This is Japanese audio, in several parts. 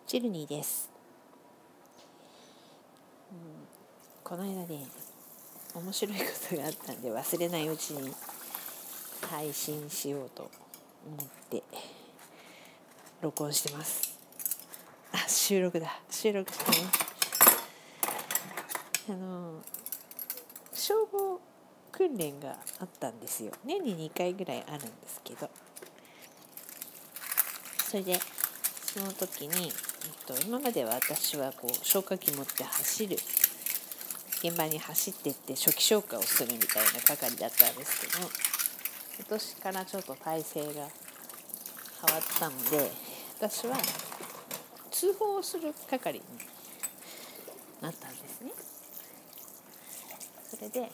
チルニーです。この間ね、面白いことがあったんで忘れないうちに配信しようと思って録音してます。収録してます。消防訓練があったんですよ。年に2回ぐらいあるんですけど、それでその時に、今までは私は消火器持って現場に走ってって初期消火をするみたいな係だったんですけど、今年からちょっと体制が変わったので、私は通報をする係になったんですね。それで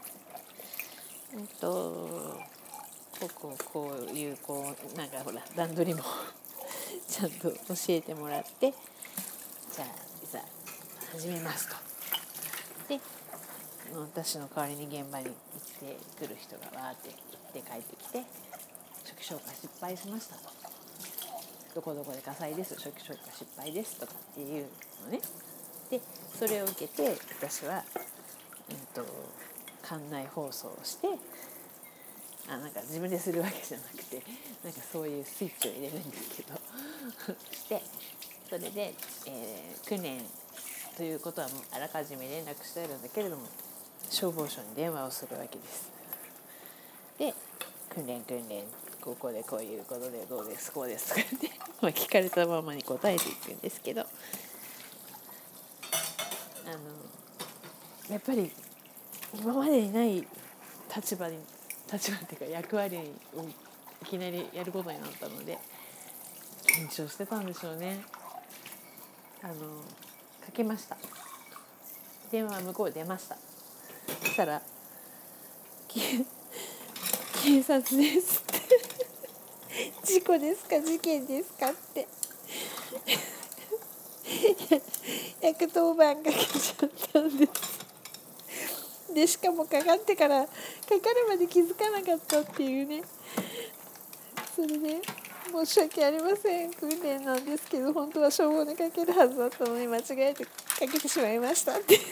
こういうなんか段取りもちゃんと教えてもらって、じゃあいざ始めますと。で、私の代わりに現場に行ってくる人がわーって行って帰ってきて、初期消火失敗しましたと、どこどこで火災です、初期消火失敗ですとかっていうのね。でそれを受けて私は、館内放送をして、なんか自分でするわけじゃなくて、なんかそういうスイッチを入れるんですけどしてそれで、訓練ということはもうあらかじめ連絡してあるんだけれども、消防署に電話をするわけです。で訓練ここでこういうことでどうですこうですとかって聞かれたままに答えていくんですけど、やっぱり今までにない立場っていうか役割をいきなりやることになったので緊張してたんでしょうね。かけました。電話向こう出ました。そしたら警察ですって事故ですか事件ですかって110番かけちゃったんです。でしかもかかってからかかるまで気づかなかったっていうね。それで申し訳ありません、訓練なんですけど本当は消防にかけるはずだったのに間違えてかけてしまいましたって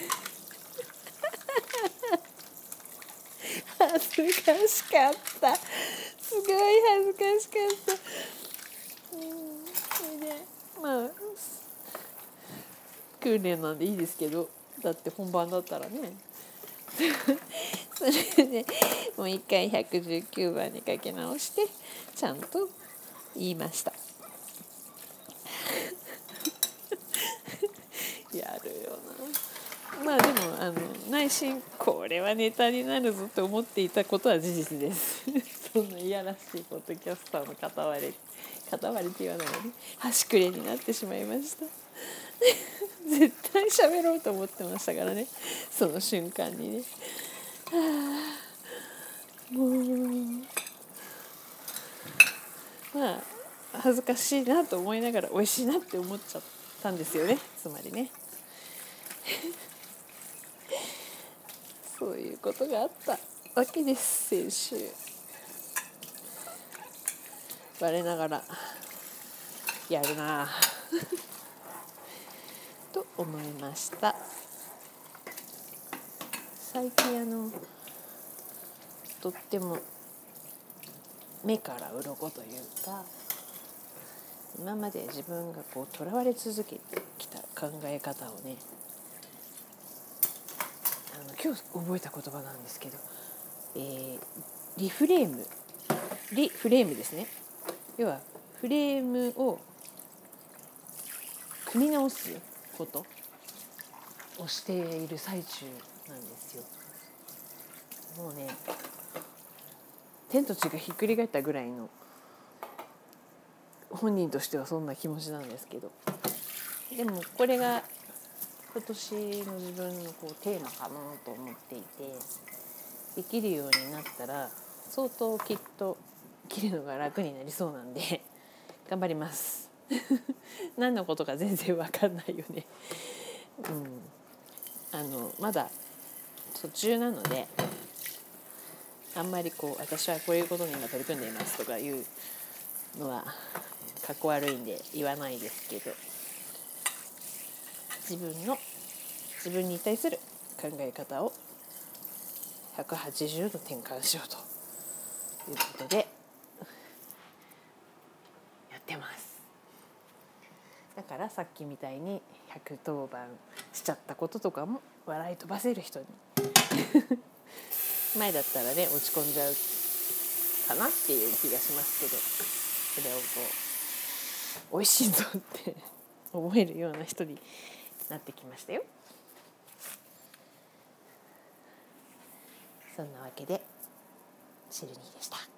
恥ずかしかった、すごい恥ずかしかった。それで訓練なんでいいですけど、だって本番だったらねそれでもう一回119番にかけ直してちゃんと言いましたやるよな。でも内心これはネタになるぞと思っていたことは事実ですそんないやらしいポッドキャスターの片割れって言わないのに端くれになってしまいました絶対喋ろうと思ってましたからね、その瞬間にね。もう恥ずかしいなと思いながら美味しいなって思っちゃったんですよね、つまりねそういうことがあったわけです。先週我ながらやるなと思いました。最近とっても目から鱗というか、今まで自分がとらわれ続けてきた考え方をね、今日覚えた言葉なんですけど、リフレームですね。要はフレームを組み直すことをしている最中なんですよ。もうね、天と地がひっくり返ったぐらいの、本人としてはそんな気持ちなんですけど、でもこれが今年の自分のテーマかなと思っていて、できるようになったら相当きっと生きるのが楽になりそうなんで頑張ります何のことか全然わかんないよねまだ途中なので、あんまり私はこういうことに今取り組んでいますとかいうのはかっこ悪いんで言わないですけど、 自分に対する考え方を180度転換しようということでやってます。だからさっきみたいに110番しちゃったこととかも笑い飛ばせる人に前だったらね落ち込んじゃうかなっていう気がしますけど、それをこう美味しいぞって思えるような人になってきましたよ。そんなわけでシルニーでした。